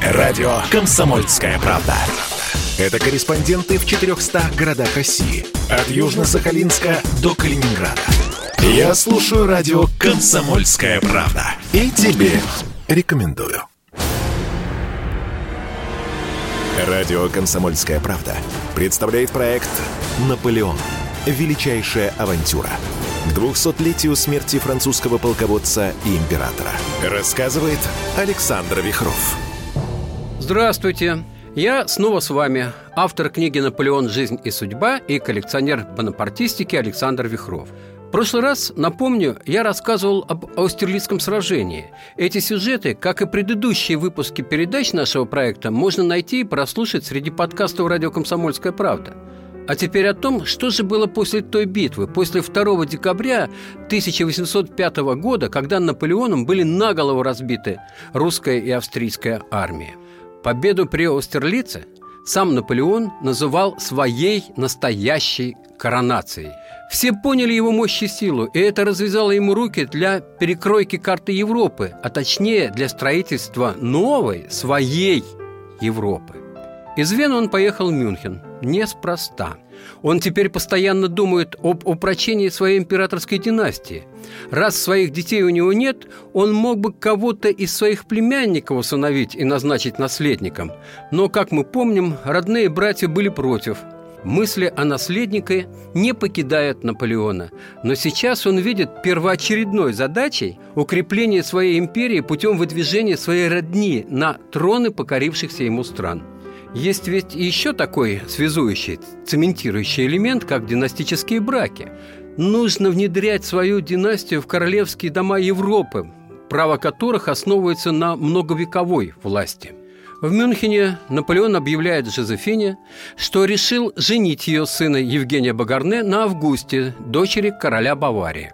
Радио «Комсомольская правда». Это корреспонденты в 400 городах России. От Южно-Сахалинска до Калининграда. Я слушаю радио «Комсомольская правда». И тебе рекомендую. Радио «Комсомольская правда» представляет проект «Наполеон. Величайшая авантюра». К 200-летию смерти французского полководца и императора. Рассказывает Александр Вихров. Здравствуйте. Я снова с вами, автор книги «Наполеон. Жизнь и судьба» и коллекционер бонапартистики Александр Вихров. В прошлый раз, напомню, я рассказывал об Аустерлицком сражении. Эти сюжеты, как и предыдущие выпуски передач нашего проекта, можно найти и прослушать среди подкастов «Радио Комсомольская правда». А теперь о том, что же было после той битвы, после 2 декабря 1805 года, когда Наполеоном были наголову разбиты русская и австрийская армии. Победу при Аустерлице сам Наполеон называл своей настоящей коронацией. Все поняли его мощь и силу, и это развязало ему руки для перекройки карты Европы, а точнее для строительства новой, своей Европы. Из Вены он поехал в Мюнхен. Неспроста. Он теперь постоянно думает об упрочении своей императорской династии. Раз своих детей у него нет, он мог бы кого-то из своих племянников усыновить и назначить наследником. Но, как мы помним, родные братья были против. Мысли о наследнике не покидают Наполеона. Но сейчас он видит первоочередной задачей укрепление своей империи путем выдвижения своей родни на троны покорившихся ему стран. Есть ведь и еще такой связующий, цементирующий элемент, как династические браки. Нужно внедрять свою династию в королевские дома Европы, право которых основывается на многовековой власти. В Мюнхене Наполеон объявляет Жозефине, что решил женить ее сына Евгения Багарне на Августе, дочери короля Баварии.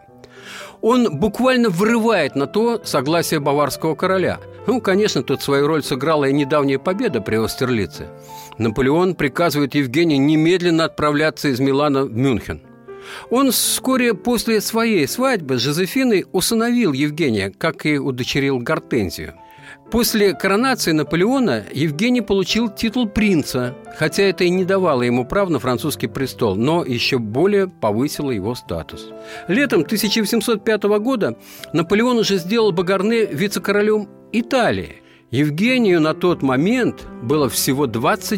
Он буквально вырывает на то согласие баварского короля. Конечно, тут свою роль сыграла и недавняя победа при Аустерлице. Наполеон приказывает Евгению немедленно отправляться из Милана в Мюнхен. Он вскоре после своей свадьбы с Жозефиной усыновил Евгения, как и удочерил Гортензию. После коронации Наполеона Евгений получил титул принца, хотя это и не давало ему прав на французский престол, но еще более повысило его статус. Летом 1805 года Наполеон уже сделал Багарне вице-королем Италии. Евгению на тот момент было всего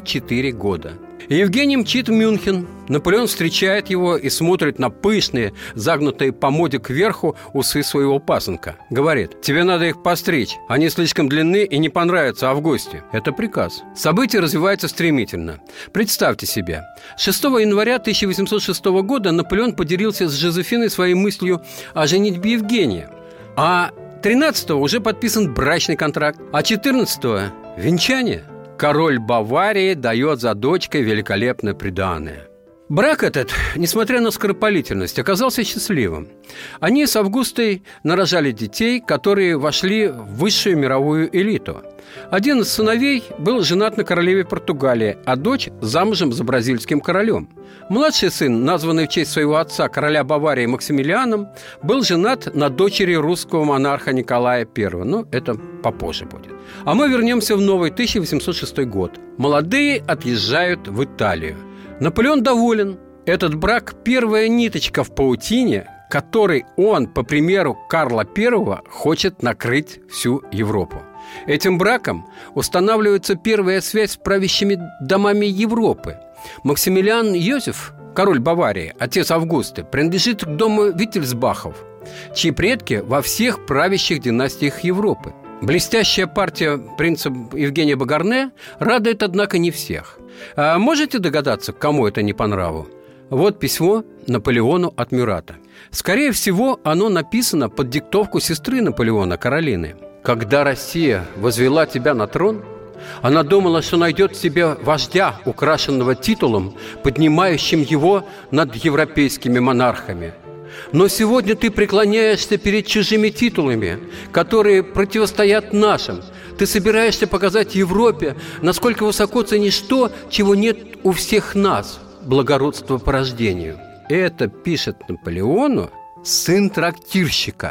24 года. Евгений мчит в Мюнхен. Наполеон встречает его и смотрит на пышные, загнутые по моде кверху усы своего пасынка. Говорит: «Тебе надо их постричь, они слишком длинны и не понравятся Августе». Это приказ. События развиваются стремительно. Представьте себе, 6 января 1806 года Наполеон поделился с Жозефиной своей мыслью о женитьбе Евгения. А 13-го уже подписан брачный контракт, а 14-го – венчание. Король Баварии дает за дочкой великолепное приданое. Брак этот, несмотря на скоропалительность, оказался счастливым. Они с Августой нарожали детей, которые вошли в высшую мировую элиту. Один из сыновей был женат на королеве Португалии, а дочь замужем за бразильским королем. Младший сын, названный в честь своего отца, короля Баварии Максимилианом, был женат на дочери русского монарха Николая I. Но это попозже будет. А мы вернемся в новый 1806 год. Молодые отъезжают в Италию. Наполеон доволен. Этот брак – первая ниточка в паутине, которой он, по примеру Карла I, хочет накрыть всю Европу. Этим браком устанавливается первая связь с правящими домами Европы. Максимилиан Йозеф, король Баварии, отец Августы, принадлежит к дому Виттельсбахов, чьи предки во всех правящих династиях Европы. Блестящая партия принца Евгения Багарне радует, однако, не всех. А можете догадаться, кому это не по нраву? Вот письмо Наполеону от Мюрата. Скорее всего, оно написано под диктовку сестры Наполеона, Каролины. «Когда Россия возвела тебя на трон, она думала, что найдет в себе вождя, украшенного титулом, поднимающим его над европейскими монархами. Но сегодня ты преклоняешься перед чужими титулами, которые противостоят нашим. Ты собираешься показать Европе, насколько высоко ценишь то, чего нет у всех нас – благородство по рождению». Это пишет Наполеону сын трактирщика.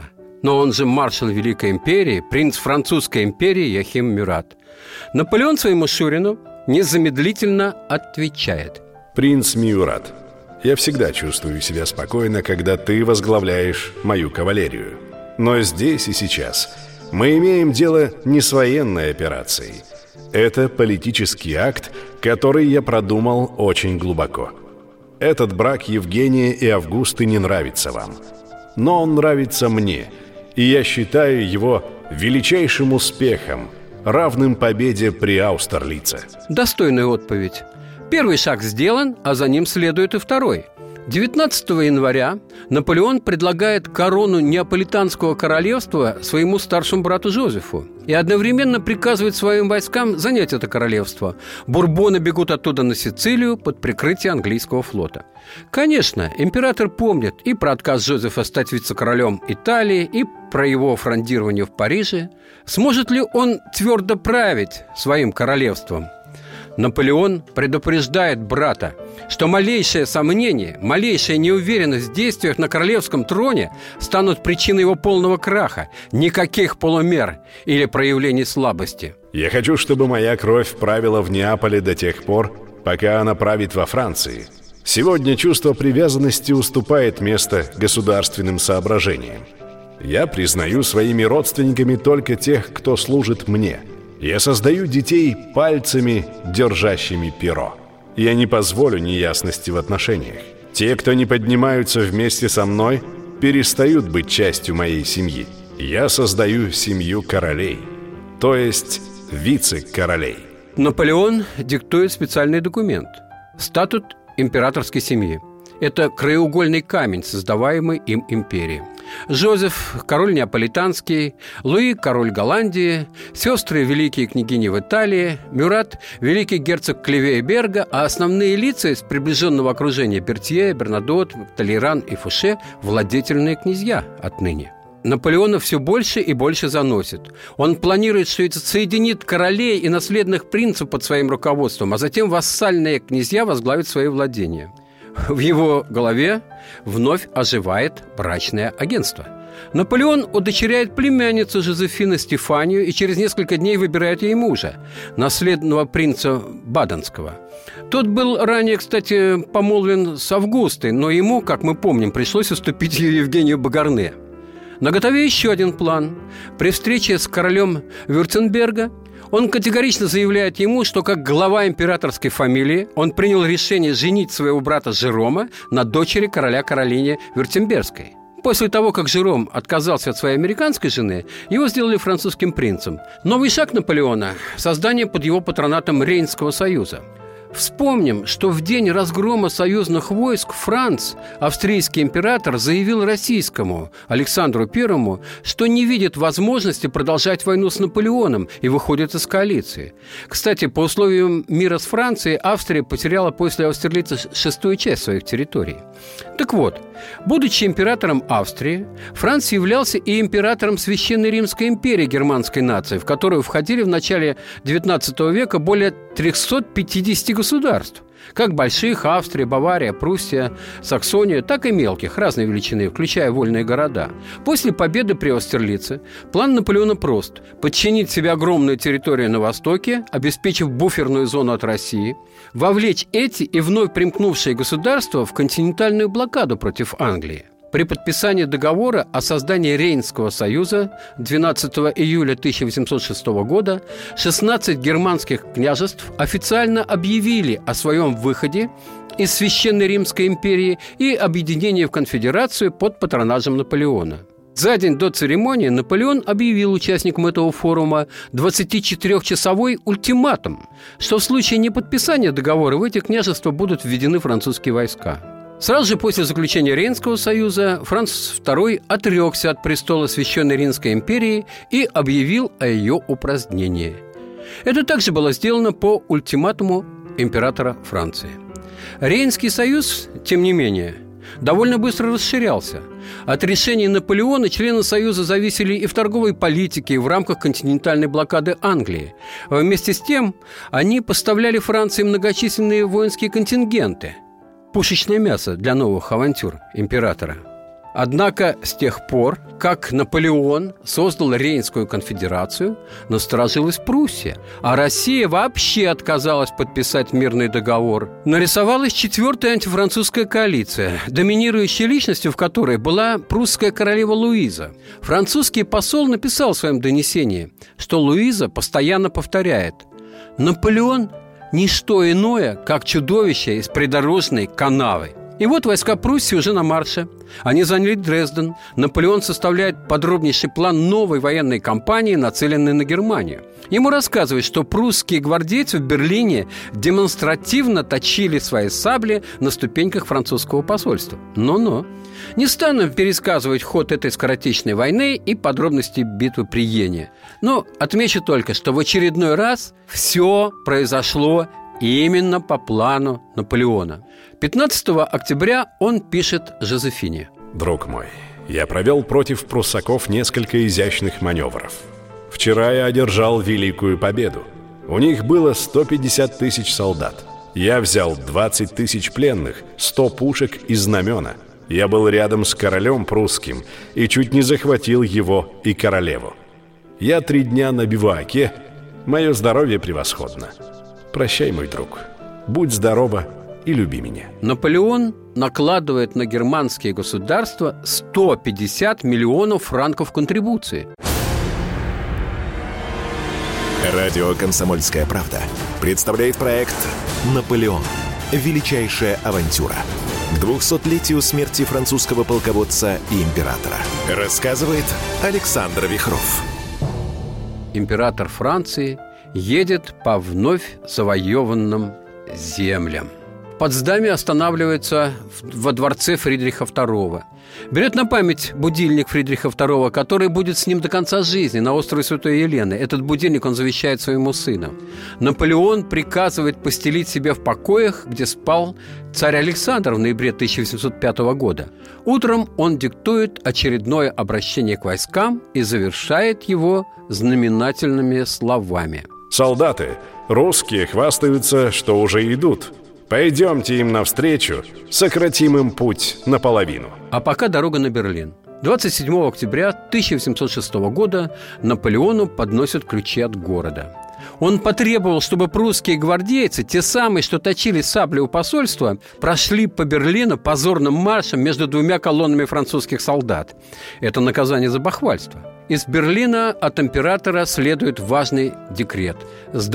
но он же маршал Великой империи, принц Французской империи Йохим Мюрат. Наполеон своему шурину незамедлительно отвечает: «Принц Мюрат, я всегда чувствую себя спокойно, когда ты возглавляешь мою кавалерию. Но здесь и сейчас мы имеем дело не с военной операцией. Это политический акт, который я продумал очень глубоко. Этот брак Евгения и Августы не нравится вам, но он нравится мне, и я считаю его величайшим успехом, равным победе при Аустерлице». Достойная отповедь. Первый шаг сделан, а за ним следует и второй. 19 января Наполеон предлагает корону Неаполитанского королевства своему старшему брату Жозефу и одновременно приказывает своим войскам занять это королевство. Бурбоны бегут оттуда на Сицилию под прикрытием английского флота. Конечно, император помнит и про отказ Жозефа стать вице-королем Италии, и про его фрондирование в Париже. Сможет ли он твердо править своим королевством? Наполеон предупреждает брата, что малейшее сомнение, малейшая неуверенность в действиях на королевском троне станут причиной его полного краха. Никаких полумер или проявлений слабости. «Я хочу, чтобы моя кровь правила в Неаполе до тех пор, пока она правит во Франции. Сегодня чувство привязанности уступает место государственным соображениям. Я признаю своими родственниками только тех, кто служит мне. Я создаю детей пальцами, держащими перо. Я не позволю неясности в отношениях. Те, кто не поднимаются вместе со мной, перестают быть частью моей семьи. Я создаю семью королей, то есть вице-королей». Наполеон диктует специальный документ – статут императорской семьи. Это краеугольный камень, создаваемый им империи. Жозеф – король неаполитанский, Луи – король Голландии, сестры – великие княгини в Италии, Мюрат – великий герцог Клевея-Берга, а основные лица из приближенного окружения Бертье, Бернадот, Толейран и Фуше – владетельные князья отныне. Наполеона все больше и больше заносит. Он планирует, что это соединит королей и наследных принцев под своим руководством, а затем вассальные князья возглавят свои владения. В его голове вновь оживает брачное агентство. Наполеон удочеряет племянницу Жозефины Стефанию и через несколько дней выбирает ей мужа, наследного принца Баденского. Тот был ранее, кстати, помолвлен с Августой, но ему, как мы помним, пришлось уступить Евгению Багарне. Наготове еще один план. При встрече с королем Вюртемберга он категорично заявляет ему, что как глава императорской фамилии он принял решение женить своего брата Жерома на дочери короля Каролине Вюртембергской. После того, как Жером отказался от своей американской жены, его сделали французским принцем. Новый шаг Наполеона – создание под его патронатом Рейнского союза. Вспомним, что в день разгрома союзных войск Франц, австрийский император, заявил российскому Александру I, что не видит возможности продолжать войну с Наполеоном и выходит из коалиции. Кстати, по условиям мира с Францией Австрия потеряла после Аустерлица 6-ю часть своих территорий. Так вот, будучи императором Австрии, Франц являлся и императором Священной Римской империи германской нации, в которую входили в начале XIX века более 350 государств, как больших – Австрия, Бавария, Пруссия, Саксония, так и мелких, разной величины, включая вольные города. После победы при Аустерлице план Наполеона прост – подчинить себе огромную территорию на востоке, обеспечив буферную зону от России, вовлечь эти и вновь примкнувшие государства в континентальную блокаду против Англии. При подписании договора о создании Рейнского союза 12 июля 1806 года 16 германских княжеств официально объявили о своем выходе из Священной Римской империи и объединении в конфедерацию под патронажем Наполеона. За день до церемонии Наполеон объявил участникам этого форума 24-часовой ультиматум, что в случае неподписания договора в эти княжества будут введены французские войска. Сразу же после заключения Рейнского союза Франц II отрекся от престола Священной Римской империи и объявил о ее упразднении. Это также было сделано по ультиматуму императора Франции. Рейнский союз, тем не менее, довольно быстро расширялся. От решений Наполеона члены Союза зависели и в торговой политике, и в рамках континентальной блокады Англии. Вместе с тем они поставляли Франции многочисленные воинские контингенты, пушечное мясо для новых авантюр императора. Однако с тех пор, как Наполеон создал Рейнскую конфедерацию, насторожилась Пруссия, а Россия вообще отказалась подписать мирный договор. Нарисовалась четвертая антифранцузская коалиция, доминирующей личностью в которой была прусская королева Луиза. Французский посол написал в своем донесении, что Луиза постоянно повторяет: «Наполеон – не что иное, как чудовище из придорожной канавы». И вот войска Пруссии уже на марше. Они заняли Дрезден. Наполеон составляет подробнейший план новой военной кампании, нацеленной на Германию. Ему рассказывают, что прусские гвардейцы в Берлине демонстративно точили свои сабли на ступеньках французского посольства. Но не стану пересказывать ход этой скоротечной войны и подробности битвы при Йене. Но отмечу только, что в очередной раз все произошло именно по плану Наполеона. 15 октября он пишет Жозефине: «Друг мой, я провел против пруссаков несколько изящных маневров. Вчера я одержал великую победу. У них было 150 тысяч солдат. Я взял 20 тысяч пленных, 100 пушек и знамена. Я был рядом с королем прусским и чуть не захватил его и королеву. Я 3 дня на бивуаке, мое здоровье превосходно. Прощай, мой друг. Будь здорова и люби меня». Наполеон накладывает на германские государства 150 миллионов франков контрибуции. Радио «Комсомольская правда» представляет проект «Наполеон. Величайшая авантюра». К 200-летию смерти французского полководца и императора. Рассказывает Александр Вихров. Император Франции едет по вновь завоеванным землям. В Потсдаме останавливается во дворце Фридриха II. Берет на память будильник Фридриха II, который будет с ним до конца жизни на острове Святой Елены. Этот будильник он завещает своему сыну. Наполеон приказывает постелить себя в покоях, где спал царь Александр в ноябре 1805 года. Утром он диктует очередное обращение к войскам и завершает его знаменательными словами: «Солдаты, русские хвастаются, что уже идут. Пойдемте им навстречу, сократим им путь наполовину». А пока дорога на Берлин. 27 октября 1806 года Наполеону подносят ключи от города. Он потребовал, чтобы прусские гвардейцы, те самые, что точили сабли у посольства, прошли по Берлину позорным маршем между 2 колоннами французских солдат. Это наказание за бахвальство. Из Берлина от императора следует важный декрет. С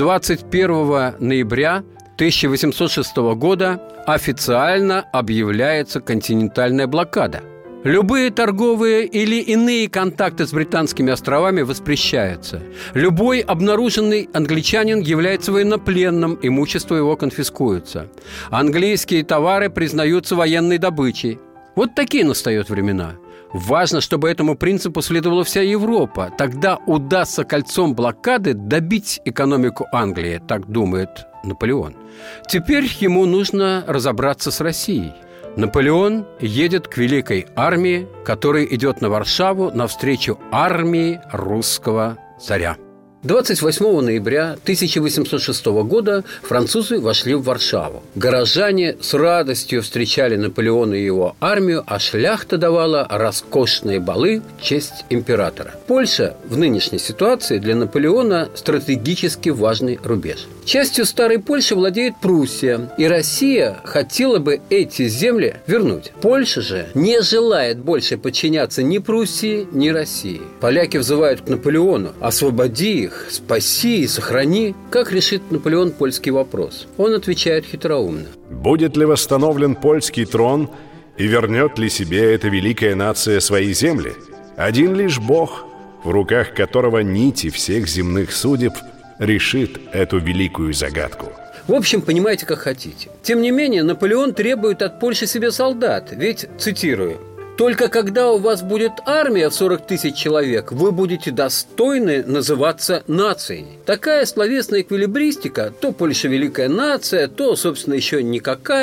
21 ноября 1806 года официально объявляется континентальная блокада. Любые торговые или иные контакты с британскими островами воспрещаются. Любой обнаруженный англичанин является военнопленным, имущество его конфискуется. Английские товары признаются военной добычей. Вот такие настают времена. Важно, чтобы этому принципу следовала вся Европа. Тогда удастся кольцом блокады добить экономику Англии, так думает Наполеон. Теперь ему нужно разобраться с Россией. Наполеон едет к великой армии, которая идет на Варшаву навстречу армии русского царя. 28 ноября 1806 года французы вошли в Варшаву. Горожане с радостью встречали Наполеона и его армию, а шляхта давала роскошные балы в честь императора. Польша в нынешней ситуации для Наполеона стратегически важный рубеж. Частью старой Польши владеет Пруссия, и Россия хотела бы эти земли вернуть. Польша же не желает больше подчиняться ни Пруссии, ни России. Поляки взывают к Наполеону: освободи их, спаси и сохрани. Как решит Наполеон польский вопрос? Он отвечает хитроумно: будет ли восстановлен польский трон и вернет ли себе эта великая нация свои земли? Один лишь Бог, в руках которого нити всех земных судеб, решит эту великую загадку. В общем, понимаете, как хотите. Тем не менее, Наполеон требует от Польши себе солдат. Ведь, цитирую: «Только когда у вас будет армия в 40 тысяч человек, вы будете достойны называться нацией». Такая словесная эквилибристика: то Польша великая нация, то, собственно, еще никакая.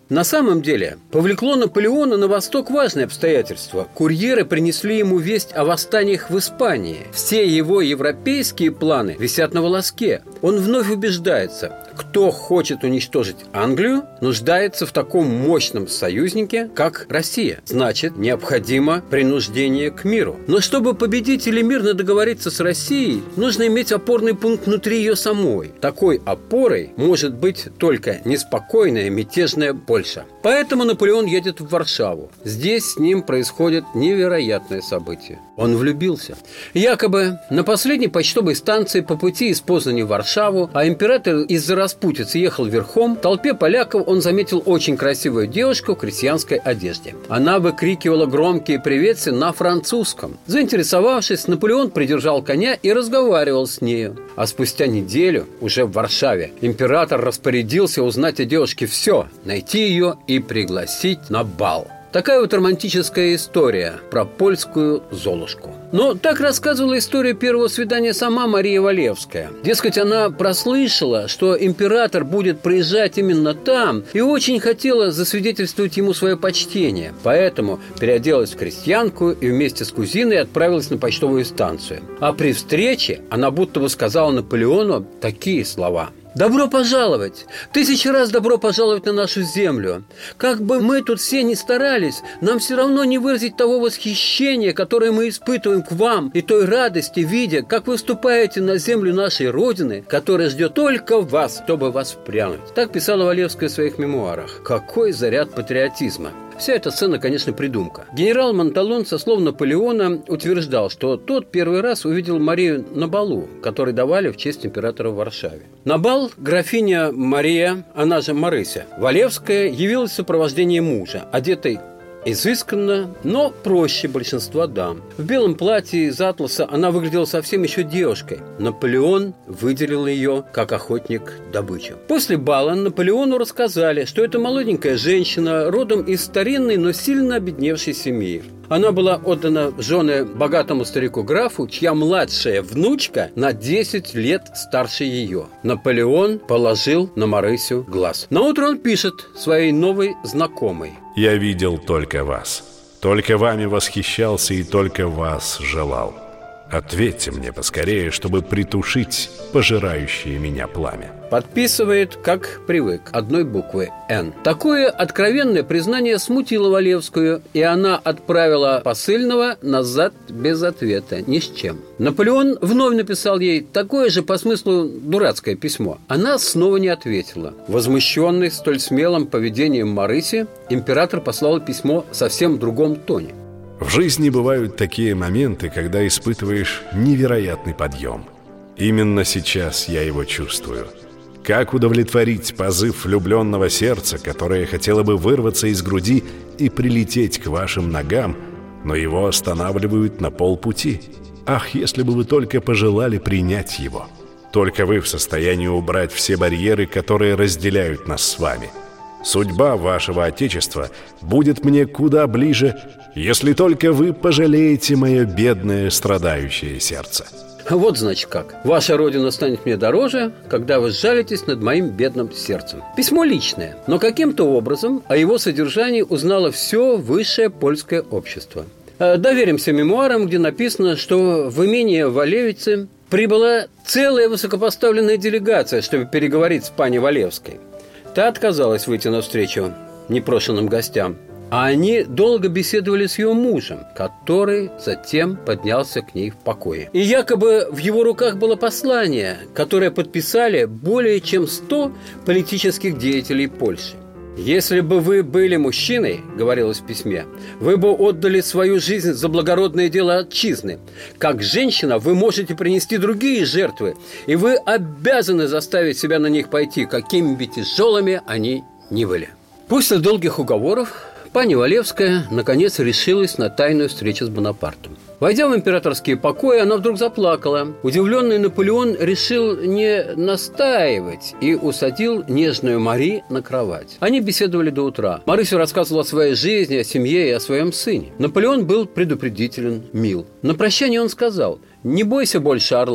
На самом деле, повлекло Наполеона на восток важное обстоятельство. Курьеры принесли ему весть о восстаниях в Испании. Все его европейские планы висят на волоске. Он вновь убеждается, кто хочет уничтожить Англию, нуждается в таком мощном союзнике, как Россия. Значит, необходимо принуждение к миру. Но чтобы победить или мирно договориться с Россией, нужно иметь опорный пункт внутри ее самой. Такой опорой может быть только неспокойная мятежная Польша. Поэтому Наполеон едет в Варшаву. Здесь с ним происходит невероятное событие. Он влюбился. Якобы на последней почтовой станции по пути из Познани в Варшаву, а император из-за распутицы ехал верхом, в толпе поляков он заметил очень красивую девушку в крестьянской одежде. Она выкрикивала громкие приветствия на французском. Заинтересовавшись, Наполеон придержал коня и разговаривал с нею. А спустя неделю, уже в Варшаве, император распорядился узнать о девушке все, найти ее и пригласить на бал. Такая вот романтическая история про польскую Золушку. Но так рассказывала историю первого свидания сама Мария Валевская. Дескать, она прослышала, что император будет приезжать именно там, и очень хотела засвидетельствовать ему свое почтение. Поэтому переоделась в крестьянку и вместе с кузиной отправилась на почтовую станцию. А при встрече она будто бы сказала Наполеону такие слова: «Добро пожаловать! 1000 раз добро пожаловать на нашу землю! Как бы мы тут все ни старались, нам все равно не выразить того восхищения, которое мы испытываем к вам, и той радости, видя, как вы вступаете на землю нашей Родины, которая ждет только вас, чтобы вас впрянуть». Так писала Валевская в своих мемуарах. Какой заряд патриотизма! Вся эта сцена, конечно, придумка. Генерал Монталон, со слов Наполеона, утверждал, что тот первый раз увидел Марию на балу, который давали в честь императора в Варшаве. На бал графиня Мария, она же Марыся, Валевская, явилась в сопровождении мужа, одетой изысканно, но проще большинства дам. В белом платье из атласа она выглядела совсем еще девушкой. Наполеон выделил ее как охотник добычу. После бала Наполеону рассказали, что это молоденькая женщина, родом из старинной, но сильно обедневшей семьи. Она была отдана в жены богатому старику-графу, чья младшая внучка на 10 лет старше ее. Наполеон положил на Марысю глаз. Наутро он пишет своей новой знакомой: «Я видел только вас. Только вами восхищался и только вас желал. Ответьте мне поскорее, чтобы притушить пожирающее меня пламя». Подписывает, как привык, одной буквы «Н». Такое откровенное признание смутило Валевскую, и она отправила посыльного назад без ответа, ни с чем. Наполеон вновь написал ей такое же по смыслу дурацкое письмо. Она снова не ответила. Возмущенный столь смелым поведением Марыси, император послал письмо совсем в другом тоне. В жизни бывают такие моменты, когда испытываешь невероятный подъем. Именно сейчас я его чувствую. Как удовлетворить позыв влюбленного сердца, которое хотело бы вырваться из груди и прилететь к вашим ногам, но его останавливают на полпути? Ах, если бы вы только пожелали принять его! Только вы в состоянии убрать все барьеры, которые разделяют нас с вами. Судьба вашего Отечества будет мне куда ближе, если только вы пожалеете мое бедное страдающее сердце. Вот значит как. Ваша Родина станет мне дороже, когда вы сжалитесь над моим бедным сердцем. Письмо личное, но каким-то образом о его содержании узнало все высшее польское общество. Доверимся мемуарам, где написано, что в имение Валевицы прибыла целая высокопоставленная делегация, чтобы переговорить с пани Валевской. Та отказалась выйти навстречу непрошенным гостям. А они долго беседовали с ее мужем, который затем поднялся к ней в покое. И якобы в его руках было послание, которое подписали более чем 100 политических деятелей Польши. «Если бы вы были мужчиной, — говорилось в письме, — вы бы отдали свою жизнь за благородное дело отчизны. Как женщина вы можете принести другие жертвы, и вы обязаны заставить себя на них пойти, какими бы тяжелыми они ни были». После долгих уговоров пани Валевская наконец решилась на тайную встречу с Бонапартом. Войдя в императорские покои, она вдруг заплакала. Удивленный Наполеон решил не настаивать и усадил нежную Мари на кровать. Они беседовали до утра. Марыся рассказывала о своей жизни, о семье и о своем сыне. Наполеон был предупредителен, мил. На прощание он сказал: «Не бойся больше орла.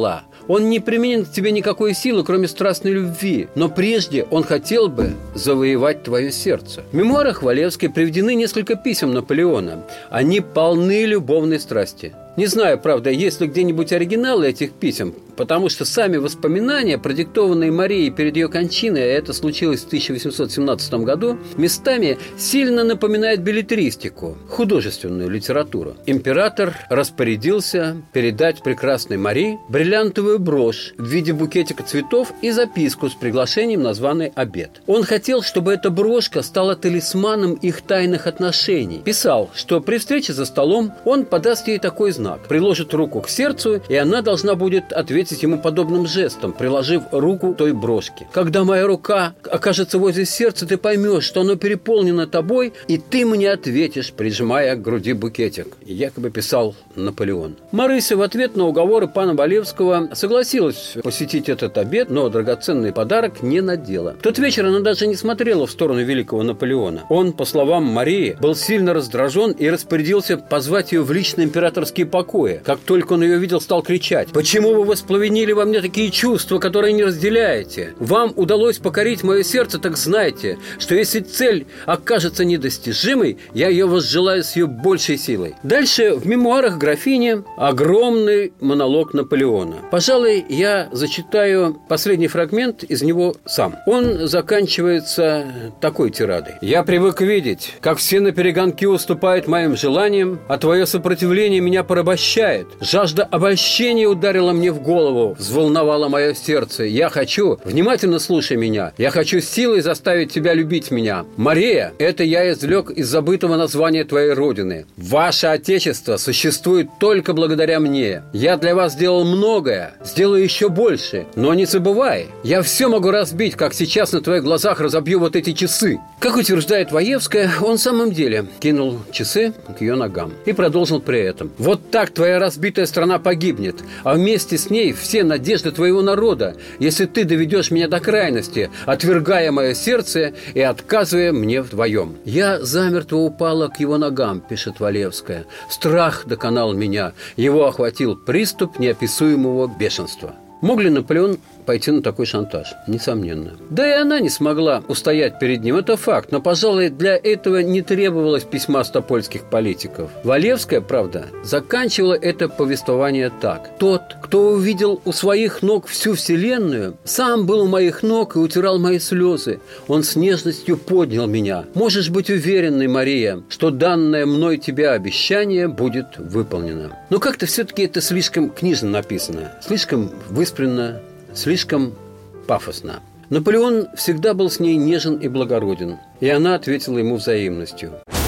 Он не применит к тебе никакой силы, кроме страстной любви. Но прежде он хотел бы завоевать твое сердце. В мемуарах Валевской приведены несколько писем Наполеона. Они полны любовной страсти. Не знаю, правда, есть ли где-нибудь оригиналы этих писем, потому что сами воспоминания, продиктованные Марией перед ее кончиной, а это случилось в 1817 году, местами сильно напоминают беллетристику, художественную литературу. Император распорядился передать прекрасной Марии бриллиантовую брошь в виде букетика цветов и записку с приглашением на званый обед. Он хотел, чтобы эта брошка стала талисманом их тайных отношений. Писал, что при встрече за столом он подаст ей такой знак, приложит руку к сердцу, и она должна будет ответить ему подобным жестом, приложив руку той брошке. Когда моя рука окажется возле сердца, ты поймешь, что оно переполнено тобой, и ты мне ответишь, прижимая к груди букетик. Якобы писал Наполеон. Марыся в ответ на уговоры пана Валевского согласилась посетить этот обед, но драгоценный подарок не надела. В тот вечер она даже не смотрела в сторону великого Наполеона. Он, по словам Марии, был сильно раздражен и распорядился позвать ее в личные императорские покоя. Как только он ее видел, стал кричать: «Почему вы воспламенили во мне такие чувства, которые не разделяете? Вам удалось покорить мое сердце, так знайте, что если цель окажется недостижимой, я ее возжелаю с ее большей силой». Дальше в мемуарах графини огромный монолог Наполеона. Пожалуй, я зачитаю последний фрагмент из него сам. Он заканчивается такой тирадой. «Я привык видеть, как все наперегонки уступают моим желаниям, а твое сопротивление меня порабощает. Жажда обольщения ударила мне в голову, взволновала мое сердце. Я хочу, внимательно слушай меня, я хочу силой заставить тебя любить меня. Мария, это я извлек из забытого названия твоей родины. Ваше отечество существует только благодаря мне. Я для вас сделал многое, сделаю еще больше. Но не забывай, я все могу разбить, как сейчас на твоих глазах разобью вот эти часы». Как утверждает Валевская, он в самом деле кинул часы к ее ногам и продолжил при этом: «Вот так твоя разбитая страна погибнет, а вместе с ней все надежды твоего народа, если ты доведешь меня до крайности, отвергая мое сердце и отказывая мне в твоем». «Я замертво упала к его ногам», – пишет Валевская. «Страх доконал меня, его охватил приступ неописуемого бешенства». Мог ли Наполеон пойти на такой шантаж? Несомненно. Да и она не смогла устоять перед ним, это факт. Но, пожалуй, для этого не требовалось письма стопольских политиков. Валевская, правда, заканчивала это повествование так: «Тот, кто увидел у своих ног всю вселенную, сам был у моих ног и утирал мои слезы. Он с нежностью поднял меня. Можешь быть уверенной, Мария, что данное мной тебе обещание будет выполнено». Но как-то все-таки это слишком книжно написано, слишком выспренно, слишком пафосно. Наполеон всегда был с ней нежен и благороден, и она ответила ему взаимностью.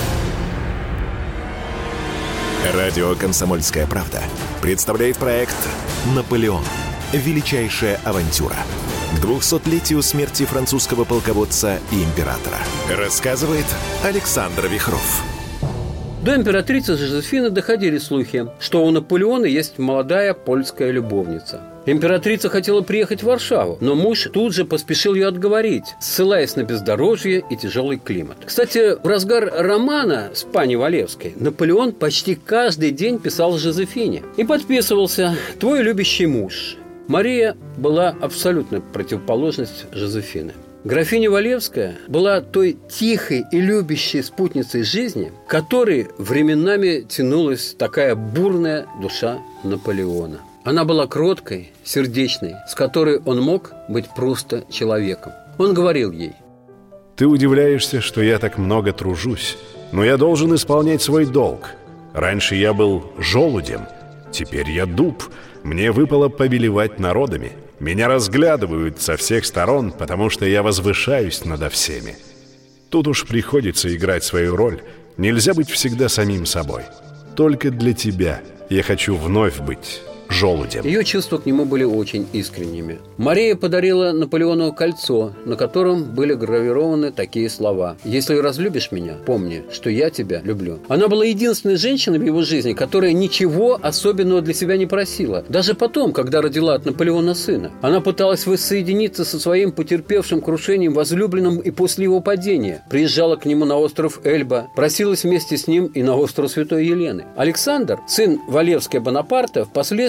Радио «Комсомольская правда» представляет проект «Наполеон. Величайшая авантюра». К 200-летию смерти французского полководца и императора. Рассказывает Александр Вихров. До императрицы Жозефины доходили слухи, что у Наполеона есть молодая польская любовница. Императрица хотела приехать в Варшаву, но муж тут же поспешил ее отговорить, ссылаясь на бездорожье и тяжелый климат. Кстати, в разгар романа с пани Валевской Наполеон почти каждый день писал Жозефине и подписывался: «Твой любящий муж». Мария была абсолютной противоположностью Жозефины. Графиня Валевская была той тихой и любящей спутницей жизни, к которой временами тянулась такая бурная душа Наполеона. Она была кроткой, сердечной, с которой он мог быть просто человеком. Он говорил ей: «Ты удивляешься, что я так много тружусь, но я должен исполнять свой долг. Раньше я был желудем, теперь я дуб. Мне выпало повелевать народами. Меня разглядывают со всех сторон, потому что я возвышаюсь надо всеми. Тут уж приходится играть свою роль. Нельзя быть всегда самим собой. Только для тебя я хочу вновь быть желудем». Ее чувства к нему были очень искренними. Мария подарила Наполеону кольцо, на котором были гравированы такие слова: «Если разлюбишь меня, помни, что я тебя люблю». Она была единственной женщиной в его жизни, которая ничего особенного для себя не просила. Даже потом, когда родила от Наполеона сына, она пыталась воссоединиться со своим потерпевшим крушением возлюбленным и после его падения. Приезжала к нему на остров Эльба, просилась вместе с ним и на остров Святой Елены. Александр, сын Валевской Бонапарта, впоследствии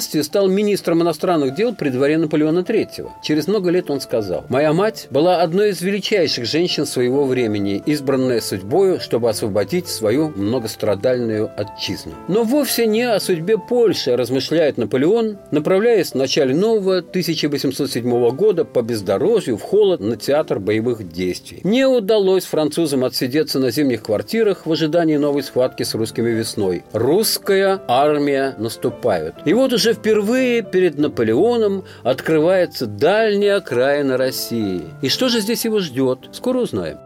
впоследствии стал министром иностранных дел при дворе Наполеона III. Через много лет он сказал: «Моя мать была одной из величайших женщин своего времени, избранная судьбою, чтобы освободить свою многострадальную отчизну». Но вовсе не о судьбе Польши размышляет Наполеон, направляясь в начале нового 1807 года по бездорожью в холод на театр боевых действий. Не удалось французам отсидеться на зимних квартирах в ожидании новой схватки с русскими весной. Русская армия наступает. И вот уже впервые перед Наполеоном открывается дальняя окраина России. И что же здесь его ждет? Скоро узнаем.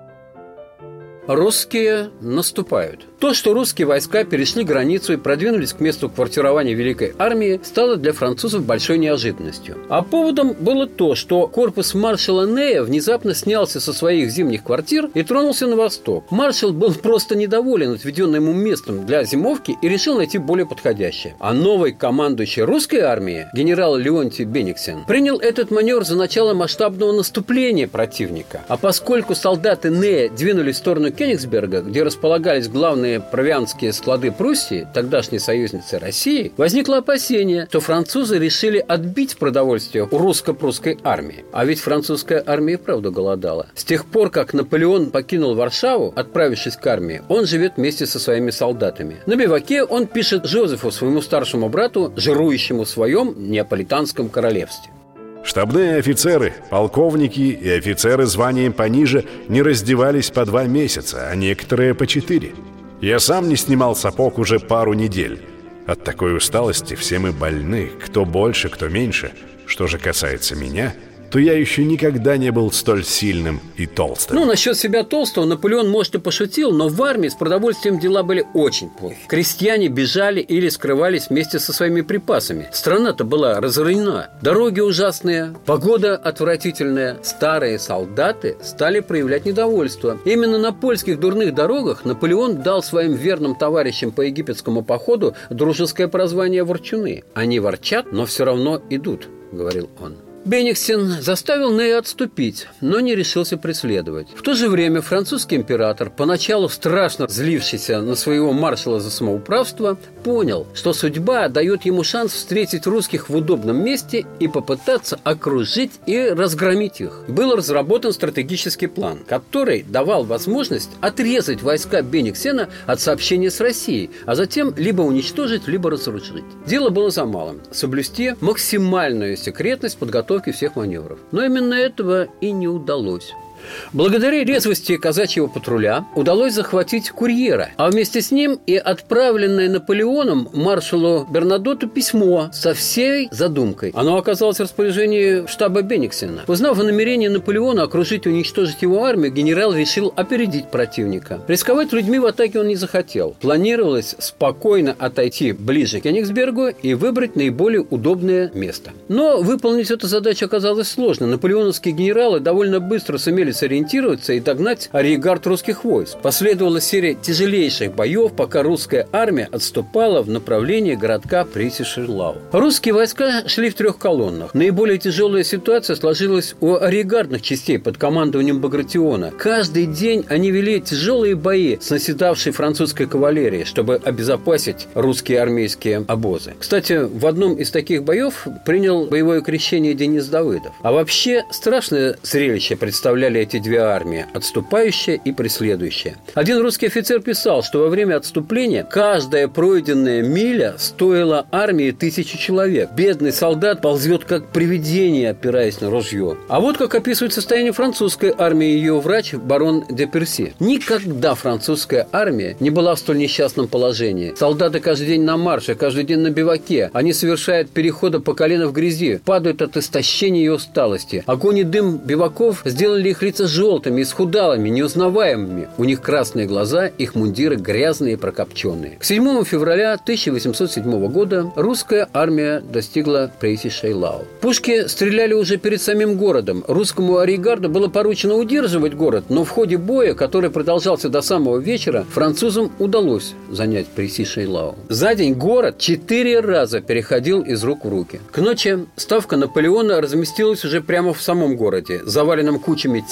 Русские наступают. То, что русские войска перешли границу и продвинулись к месту квартирования Великой армии, стало для французов большой неожиданностью. А поводом было то, что корпус маршала Нея внезапно снялся со своих зимних квартир и тронулся на восток. Маршал был просто недоволен отведенным ему местом для зимовки и решил найти более подходящее. А новый командующий русской армией, генерал Леонтий Бениксен, принял этот маневр за начало масштабного наступления противника. А поскольку солдаты Нея двинулись в сторону Кёнигсберга, где располагались главные провианские склады Пруссии, тогдашней союзницы России, возникло опасение, что французы решили отбить продовольствие у русско-прусской армии. А ведь французская армия и правда голодала. С тех пор, как Наполеон покинул Варшаву, отправившись к армии, он живет вместе со своими солдатами. На биваке он пишет Жозефу, своему старшему брату, жирующему в своем неаполитанском королевстве: Штабные офицеры, полковники и офицеры званием пониже не раздевались по 2 месяца, а некоторые по 4. Я сам не снимал сапог уже пару недель. От такой усталости все мы больны, кто больше, кто меньше. Что же касается меня, то я еще никогда не был столь сильным и толстым. Насчет себя толстого Наполеон, может, и пошутил, но в армии с продовольствием дела были очень плохи. Крестьяне бежали или скрывались вместе со своими припасами. Страна-то была разорена. Дороги ужасные, погода отвратительная. Старые солдаты стали проявлять недовольство. Именно на польских дурных дорогах Наполеон дал своим верным товарищам по египетскому походу дружеское прозвание «ворчуны». Они ворчат, но все равно идут, говорил он. Бениксен заставил Нея отступить, но не решился преследовать. В то же время французский император, поначалу страшно злившийся на своего маршала за самоуправство, понял, что судьба дает ему шанс встретить русских в удобном месте и попытаться окружить и разгромить их. Был разработан стратегический план, который давал возможность отрезать войска Бениксена от сообщения с Россией, а затем либо уничтожить, либо разоружить. Дело было за малым – соблюсти максимальную секретность подготовки всех маневров. Но именно этого и не удалось. Благодаря резвости казачьего патруля удалось захватить курьера, а вместе с ним и отправленное Наполеоном маршалу Бернадоту письмо со всей задумкой. Оно оказалось в распоряжении штаба Бениксена. Узнав о намерении Наполеона окружить и уничтожить его армию, генерал решил опередить противника. Рисковать людьми в атаке он не захотел. Планировалось спокойно отойти ближе к Кёнигсбергу и выбрать наиболее удобное место. Но выполнить эту задачу оказалось сложно. Наполеоновские генералы довольно быстро сумели сориентироваться и догнать арьергард русских войск. Последовала серия тяжелейших боев, пока русская армия отступала в направлении городка Прейсишерлау. Русские войска шли в 3 колоннах. Наиболее тяжелая ситуация сложилась у арьергардных частей под командованием Багратиона. Каждый день они вели тяжелые бои с наседавшей французской кавалерией, чтобы обезопасить русские армейские обозы. Кстати, в одном из таких боев принял боевое крещение Денис Давыдов. А вообще страшное зрелище представляли эти 2 армии, отступающая и преследующая. Один русский офицер писал, что во время отступления каждая пройденная миля стоила армии 1000 человек. Бедный солдат ползет как привидение, опираясь на ружье. А вот как описывает состояние французской армии ее врач барон де Перси. Никогда французская армия не была в столь несчастном положении. Солдаты каждый день на марше, каждый день на биваке. Они совершают переходы по колено в грязи, падают от истощения и усталости. Огонь и дым биваков сделали их лица желтыми, исхудалыми, неузнаваемыми. У них красные глаза, их мундиры грязные и прокопченные. К 7 февраля 1807 года русская армия достигла Прейсишерлау. Пушки стреляли уже перед самим городом. Русскому арьергарду было поручено удерживать город, но в ходе боя, который продолжался до самого вечера, французам удалось занять Прейсишерлау. За день город 4 раза переходил из рук в руки. К ночи ставка Наполеона разместилась уже прямо в самом городе, заваленном кучами тел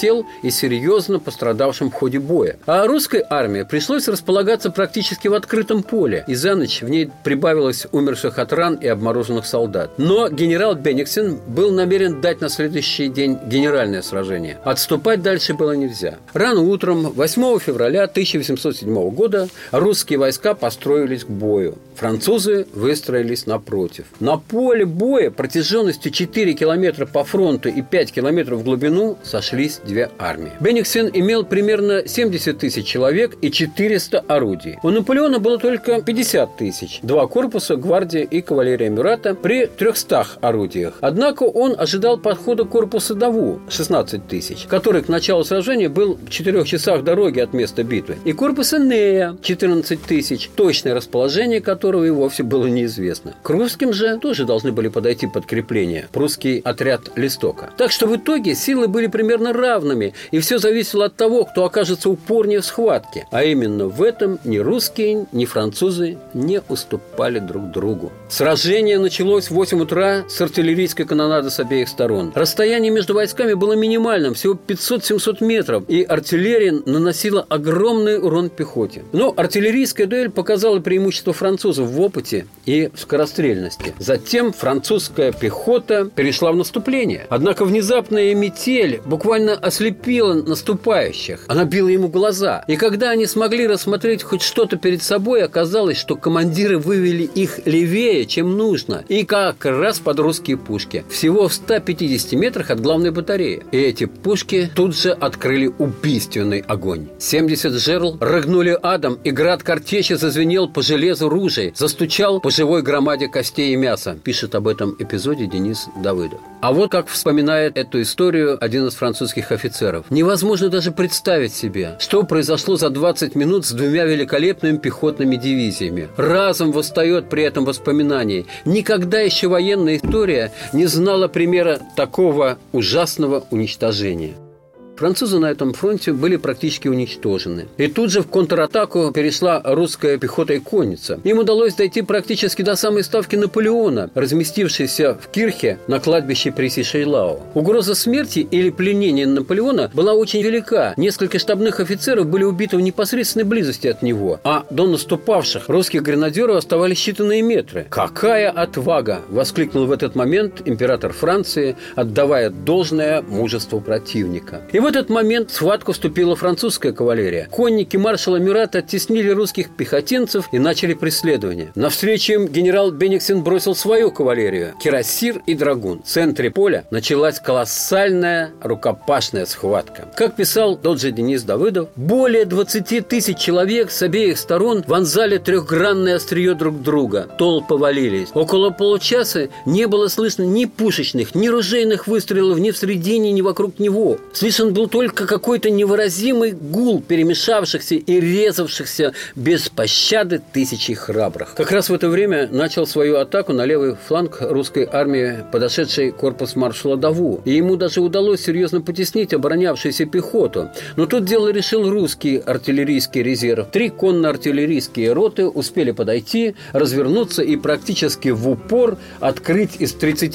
тел и серьезно пострадавшим в ходе боя. А русской армии пришлось располагаться практически в открытом поле, и за ночь в ней прибавилось умерших от ран и обмороженных солдат. Но генерал Бениксен был намерен дать на следующий день генеральное сражение. Отступать дальше было нельзя. Рано утром 8 февраля 1807 года русские войска построились к бою. Французы выстроились напротив. На поле боя протяженностью 4 километра по фронту и 5 километров в глубину сошлись две армии. Бениксен имел примерно 70 тысяч человек и 400 орудий. У Наполеона было только 50 тысяч. 2 корпуса, гвардия и кавалерия Мюрата при 300 орудиях. Однако он ожидал подхода корпуса Даву 16 тысяч, который к началу сражения был в 4 часах дороги от места битвы, и корпуса Нея 14 тысяч, точное расположение которого и вовсе было неизвестно. К русским же тоже должны были подойти подкрепления, прусский отряд Листока. Так что в итоге силы были примерно равными, и все зависело от того, кто окажется упорнее в схватке. А именно в этом ни русские, ни французы не уступали друг другу. Сражение началось в 8 утра с артиллерийской канонады с обеих сторон. Расстояние между войсками было минимальным, всего 500-700 метров, и артиллерия наносила огромный урон пехоте. Но артиллерийская дуэль показала преимущество французов в опыте и в скорострельности. Затем французская пехота перешла в наступление. Однако внезапная метель буквально ослепила наступающих. Она била ему глаза. И когда они смогли рассмотреть хоть что-то перед собой, оказалось, что командиры вывели их левее, чем нужно, и как раз под русские пушки. Всего в 150 метрах от главной батареи. И эти пушки тут же открыли убийственный огонь. 70 жерл рыгнули адом, и град картечи зазвенел по железу ружей, застучал по живой громаде костей и мяса. Пишет об этом эпизоде Денис Давыдов. А вот как вспоминает эту историю один из французских офицеров. Невозможно даже представить себе, что произошло за 20 минут с 2 великолепными пехотными дивизиями. Разом восстает при этом воспоминание. Никогда еще военная история не знала примера такого ужасного уничтожения. Французы на этом фронте были практически уничтожены. И тут же в контратаку перешла русская пехота и конница. Им удалось дойти практически до самой ставки Наполеона, разместившейся в Кирхе на кладбище при Сишейлау. Угроза смерти или пленения Наполеона была очень велика. Несколько штабных офицеров были убиты в непосредственной близости от него, а до наступавших русских гренадеров оставались считанные метры. «Какая отвага!» – воскликнул в этот момент император Франции, отдавая должное мужеству противника. И в этот момент в схватку вступила французская кавалерия. Конники маршала Мюрата оттеснили русских пехотинцев и начали преследование. Навстречу им генерал Бениксен бросил свою кавалерию – кирасир и драгун. В центре поля началась колоссальная рукопашная схватка. Как писал тот же Денис Давыдов, более 20 тысяч человек с обеих сторон вонзали трехгранное острие друг друга. Толпы валились. Около получаса не было слышно ни пушечных, ни ружейных выстрелов ни в середине, ни вокруг него. Слышен был только какой-то невыразимый гул перемешавшихся и резавшихся без пощады тысячи храбрых. Как раз в это время начал свою атаку на левый фланг русской армии подошедший корпус маршала Даву, и ему даже удалось серьезно потеснить оборонявшуюся пехоту. Но тут дело решил русский артиллерийский резерв. 3 конно-артиллерийские роты успели подойти, развернуться и практически в упор открыть из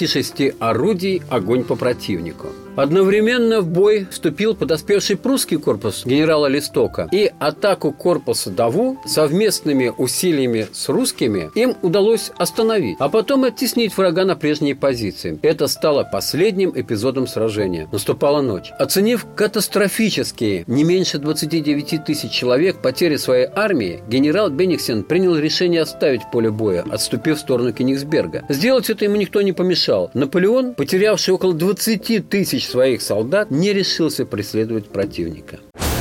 36 орудий огонь по противнику. Одновременно в бой вступил подоспевший прусский корпус генерала Листока, и атаку корпуса Даву совместными усилиями с русскими им удалось остановить, а потом оттеснить врага на прежние позиции. Это стало последним эпизодом сражения. Наступала ночь. Оценив катастрофические не меньше 29 тысяч человек потери своей армии, генерал Бениксен принял решение оставить поле боя, отступив в сторону Кенигсберга. Сделать это ему никто не помешал. Наполеон, потерявший около 20 тысяч своих солдат, не решился преследовать противника.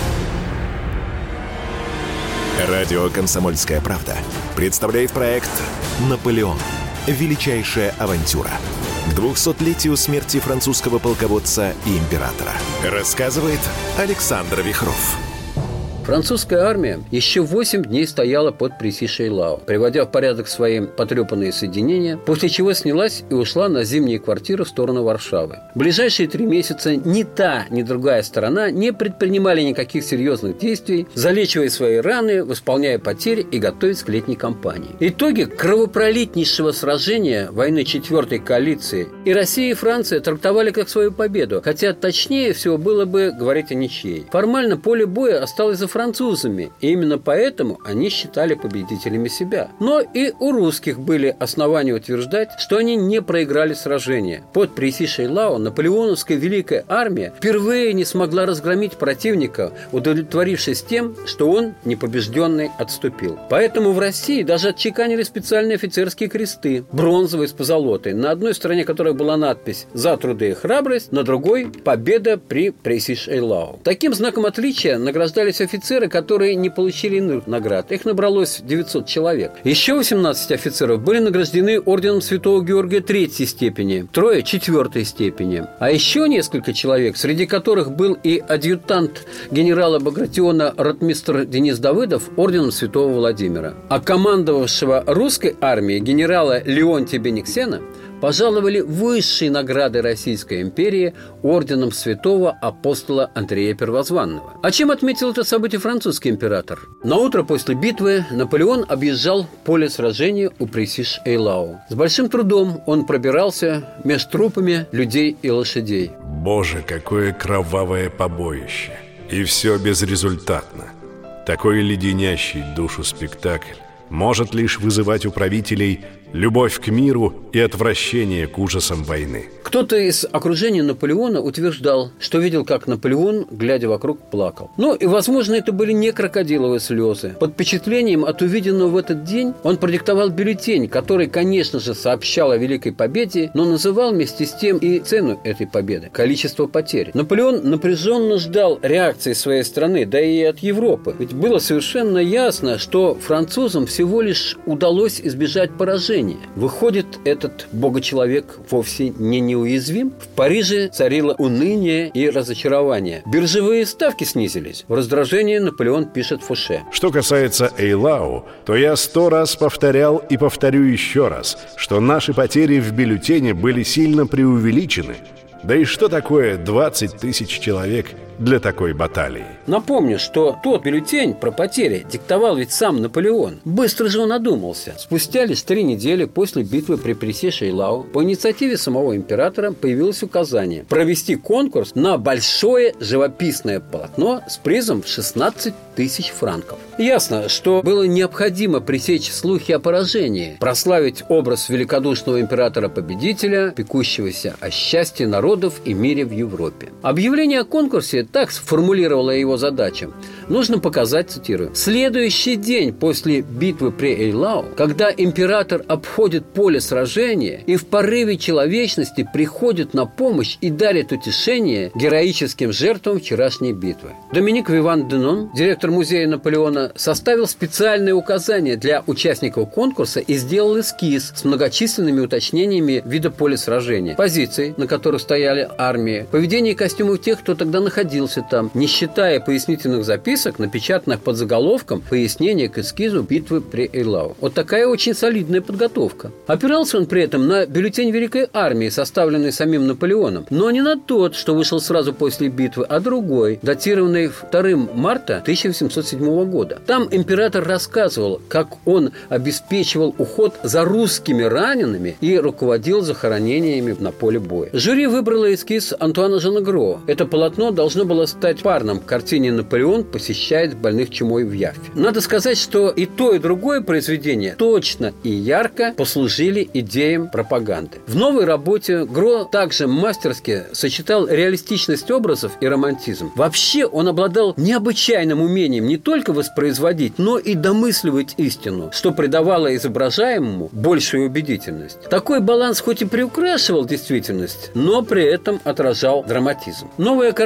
Радио «Комсомольская правда» представляет проект «Наполеон. Величайшая авантюра». К 200-летию смерти французского полководца и императора. Рассказывает Александр Вихров. Французская армия еще 8 дней стояла под Пресси-Шейлау, приводя в порядок свои потрепанные соединения, после чего снялась и ушла на зимние квартиры в сторону Варшавы. В ближайшие 3 месяца ни та, ни другая сторона не предпринимали никаких серьезных действий, залечивая свои раны, восполняя потери и готовясь к летней кампании. Итоги кровопролитнейшего сражения войны 4-й коалиции и Россия, и Франция трактовали как свою победу, хотя точнее всего было бы говорить о ничьей. Формально поле боя осталось за французами, и именно поэтому они считали победителями себя. Но и у русских были основания утверждать, что они не проиграли сражение. Под Пресси-Шейлау наполеоновская Великая Армия впервые не смогла разгромить противника, удовлетворившись тем, что он, непобежденный, отступил. Поэтому в России даже отчеканили специальные офицерские кресты, бронзовые с позолотой, на одной стороне которой была надпись «За труды и храбрость», на другой «Победа при Пресси-Шейлау». Таким знаком отличия награждались офицеры, которые не получили иных наград. Их набралось 900 человек. Еще 18 офицеров были награждены орденом Святого Георгия 3-й степени, 3 4-й степени. А еще несколько человек, среди которых был и адъютант генерала Багратиона ротмистр Денис Давыдов, орденом Святого Владимира. А командовавшего русской армией генерала Леонтия Бениксена пожаловали высшие награды Российской империи орденом святого апостола Андрея Первозванного. А чем отметил это событие французский император? Наутро после битвы Наполеон объезжал поле сражения у Пресси-Шейлау. С большим трудом он пробирался между трупами людей и лошадей. Боже, какое кровавое побоище! И все безрезультатно. Такой леденящий душу спектакль может лишь вызывать у правителей любовь к миру и отвращение к ужасам войны. Кто-то из окружения Наполеона утверждал, что видел, как Наполеон, глядя вокруг, плакал. Ну и, возможно, это были не крокодиловые слезы. Под впечатлением от увиденного в этот день он продиктовал бюллетень, который, конечно же, сообщал о Великой Победе, но называл вместе с тем и цену этой победы – количество потерь. Наполеон напряженно ждал реакции своей страны, да и от Европы. Ведь было совершенно ясно, что французам всего лишь удалось избежать поражения. Выходит, этот богочеловек вовсе не неуязвим? В Париже царило уныние и разочарование. Биржевые ставки снизились. В раздражении Наполеон пишет Фуше. Что касается Эйлау, то я 100 раз повторял и повторю еще раз, что наши потери в бюллетене были сильно преувеличены. Да и что такое 20 тысяч человек для такой баталии? Напомню, что тот бюллетень про потери диктовал ведь сам Наполеон. Быстро же он одумался. Спустя лишь 3 недели после битвы при Пресси-Шейлау по инициативе самого императора появилось указание провести конкурс на большое живописное полотно с призом в 16 тысяч франков. Ясно, что было необходимо пресечь слухи о поражении, прославить образ великодушного императора-победителя, пекущегося о счастье народов и мире в Европе. Объявление о конкурсе так сформулировало его задачу. Нужно показать, цитирую, «следующий день после битвы при Эйлау, когда император обходит поле сражения и в порыве человечности приходит на помощь и дарит утешение героическим жертвам вчерашней битвы». Доминик Виван-Денон, директор музея Наполеона, составил специальные указания для участников конкурса и сделал эскиз с многочисленными уточнениями вида поля сражения, позиций, на которых стояли армии, поведение и костюмов тех, кто тогда находился там, не считая пояснительных записок, напечатанных под заголовком «Пояснение к эскизу битвы при Эйлау». Вот такая очень солидная подготовка. Опирался он при этом на бюллетень Великой Армии, составленный самим Наполеоном, но не на тот, что вышел сразу после битвы, а другой, датированный 2 марта 1707 года. Там император рассказывал, как он обеспечивал уход за русскими ранеными и руководил захоронениями на поле боя. Жюри выбрало эскиз Антуана Жанегро. Это полотно должно было стать парным к картине «Наполеон посещает больных чумой в Яффе». Надо сказать, что и то, и другое произведение точно и ярко послужили идеям пропаганды. В новой работе Гро также мастерски сочетал реалистичность образов и романтизм. Вообще он обладал необычайным умением не только воспроизводить, но и домысливать истину, что придавало изображаемому большую убедительность. Такой баланс хоть и приукрашивал действительность, но при этом отражал драматизм. Новая картина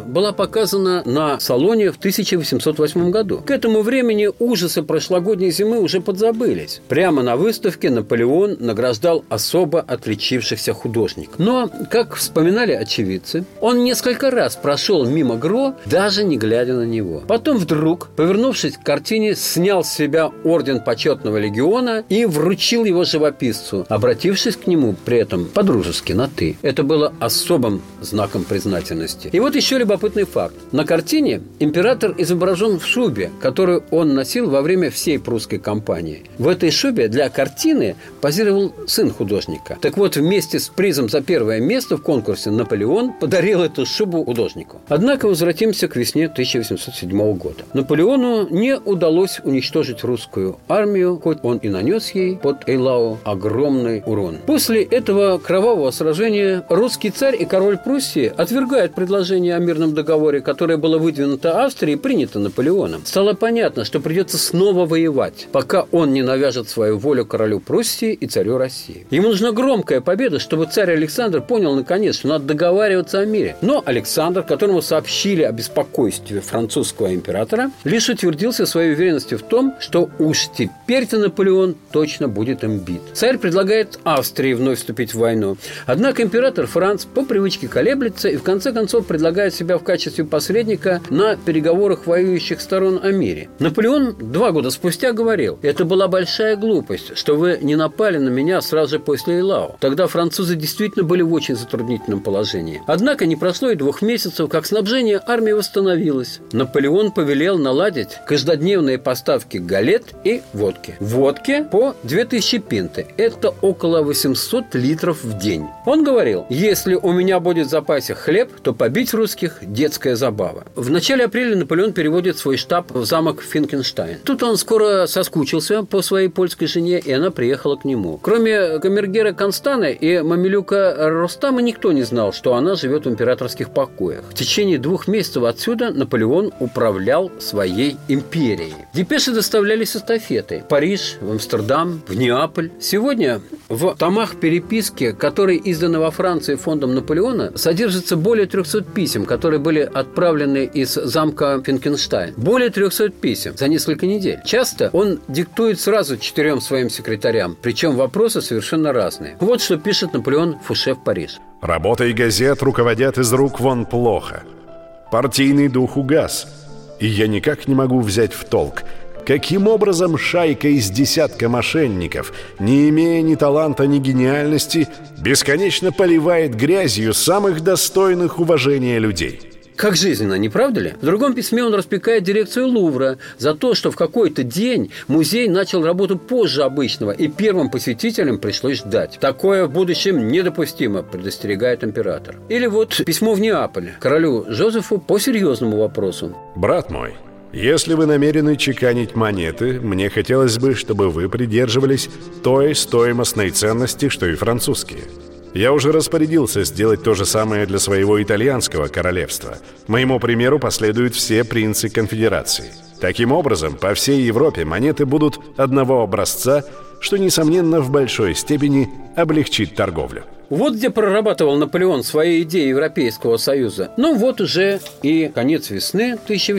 была показана на Салоне в 1808 году. К этому времени ужасы прошлогодней зимы уже подзабылись. Прямо на выставке Наполеон награждал особо отличившихся художников. Но, как вспоминали очевидцы, он несколько раз прошел мимо Гро, даже не глядя на него. Потом вдруг, повернувшись к картине, снял с себя орден почетного легиона и вручил его живописцу, обратившись к нему при этом по-дружески на «ты». Это было особым знаком признательности. И вот еще любопытный факт. На картине император изображен в шубе, которую он носил во время всей прусской кампании. В этой шубе для картины позировал сын художника. Так вот, вместе с призом за первое место в конкурсе Наполеон подарил эту шубу художнику. Однако возвратимся к весне 1807 года. Наполеону не удалось уничтожить русскую армию, хоть он и нанес ей под Эйлау огромный урон. После этого кровавого сражения русский царь и король Пруссии отвергают предложение о мирном договоре, которое было выдвинуто Австрией и принято Наполеоном. Стало понятно, что придется снова воевать, пока он не навяжет свою волю королю Пруссии и царю России. Ему нужна громкая победа, чтобы царь Александр понял наконец, что надо договариваться о мире. Но Александр, которому сообщили о беспокойстве французского императора, лишь утвердился своей уверенностью в том, что уж теперь-то Наполеон точно будет им бит. Царь предлагает Австрии вновь вступить в войну. Однако император Франц по привычке колеблется и в конце концов предлагает себя в качестве посредника на переговорах воюющих сторон о мире. Наполеон 2 года спустя говорил: «Это была большая глупость, что вы не напали на меня сразу же после Эйлау. Тогда французы действительно были в очень затруднительном положении». Однако не прошло и 2 месяцев, как снабжение армии восстановилось. Наполеон повелел наладить каждодневные поставки галет и водки. Водки по 2000 пинты. Это около 800 литров в день. Он говорил: «Если у меня будет в запасе хлеб, то побить русских – детская забава». В начале апреля Наполеон переводит свой штаб в замок Финкенштайн. Тут он скоро соскучился по своей польской жене, и она приехала к нему. Кроме камергера Констаны и мамилюка Ростама, никто не знал, что она живет в императорских покоях. В течение 2 месяцев отсюда Наполеон управлял своей империей. Депеши доставлялись эстафетой. В Париж, в Амстердам, в Неаполь. Сегодня в томах переписки, которые изданы во Франции фондом Наполеона, содержится более 300 писем, которые были отправлены из замка Финкенштайн. Более 300 писем за несколько недель. Часто он диктует сразу 4 своим секретарям, причем вопросы совершенно разные. Вот что пишет Наполеон Фуше в Париж. Работой газет руководят из рук вон плохо. Партийный дух угас, и я никак не могу взять в толк, каким образом шайка из десятка мошенников, не имея ни таланта, ни гениальности, бесконечно поливает грязью самых достойных уважения людей. Как жизненно, не правда ли? В другом письме он распекает дирекцию Лувра за то, что в какой-то день музей начал работу позже обычного, и первым посетителям пришлось ждать. Такое в будущем недопустимо, предостерегает император. Или вот письмо в Неаполь королю Жозефу по серьезному вопросу. «Брат мой, если вы намерены чеканить монеты, мне хотелось бы, чтобы вы придерживались той стоимостной ценности, что и французские. Я уже распорядился сделать то же самое для своего итальянского королевства. Моему примеру последуют все принцы конфедерации. Таким образом, по всей Европе монеты будут одного образца, что, несомненно, в большой степени облегчит торговлю». Вот где прорабатывал Наполеон свои идеи Европейского Союза. Ну вот уже и конец весны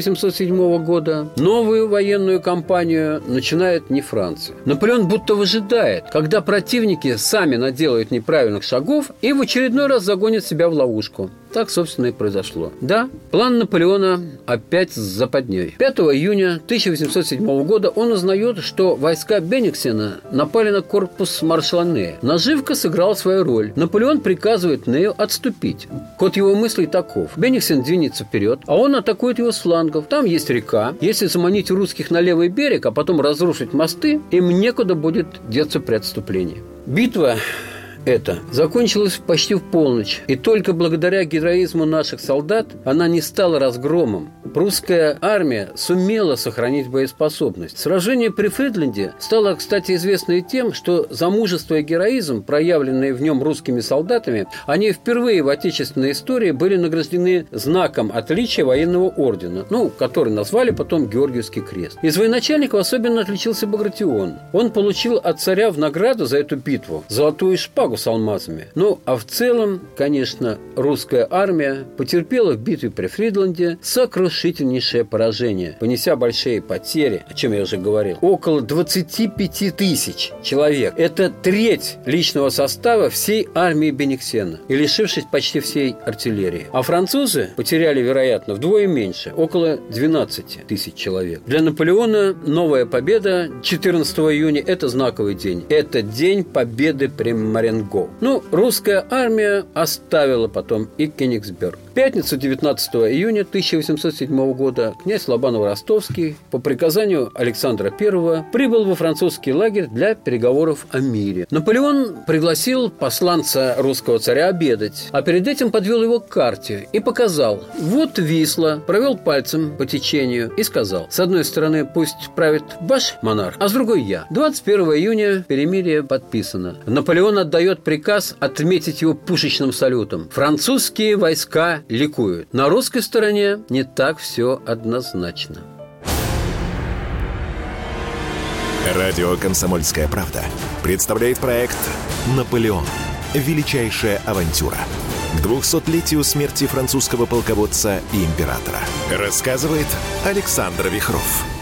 1807 года. Новую военную кампанию начинает не Франция. Наполеон будто выжидает, когда противники сами наделают неправильных шагов и в очередной раз загонят себя в ловушку. Так, собственно, и произошло. Да, план Наполеона опять с западней. 5 июня 1807 года он узнает, что войска Бенниксена напали на корпус маршала Нея. Наживка сыграла свою роль. Наполеон приказывает Нею отступить. Ход его мыслей таков. Бенниксен двинется вперед, а он атакует его с флангов. Там есть река. Если заманить русских на левый берег, а потом разрушить мосты, им некуда будет деться при отступлении. Битва это закончилось почти в полночь, и только благодаря героизму наших солдат она не стала разгромом. Прусская армия сумела сохранить боеспособность. Сражение при Фридленде стало, кстати, известно и тем, что за мужество и героизм, проявленные в нем русскими солдатами, они впервые в отечественной истории были награждены знаком отличия военного ордена, который назвали потом Георгиевский крест. Из военачальников особенно отличился Багратион. Он получил от царя в награду за эту битву золотую шпагу шпагу с алмазами. Ну, а в целом, конечно, русская армия потерпела в битве при Фридланде сокрушительнейшее поражение, понеся большие потери, о чем я уже говорил, около 25 тысяч человек. Это треть личного состава всей армии Бенниксена и лишившись почти всей артиллерии. А французы потеряли, вероятно, вдвое меньше, около 12 тысяч человек. Для Наполеона новая победа 14 июня – это знаковый день. Это день победы при Маренго. Ну, русская армия оставила потом и Кёнигсберг. В пятницу 19 июня 1807 года князь Лобанов-Ростовский по приказанию Александра I прибыл во французский лагерь для переговоров о мире. Наполеон пригласил посланца русского царя обедать, а перед этим подвел его к карте и показал: вот Висла, провел пальцем по течению и сказал: с одной стороны пусть правит ваш монарх, а с другой я. 21 июня перемирие подписано. Наполеон отдает приказ отметить его пушечным салютом. Французские войска ликуют. На русской стороне не так все однозначно. Радио «Комсомольская правда» представляет проект «Наполеон. Величайшая авантюра». К 200-летию смерти французского полководца и императора. Рассказывает Александр Вихров.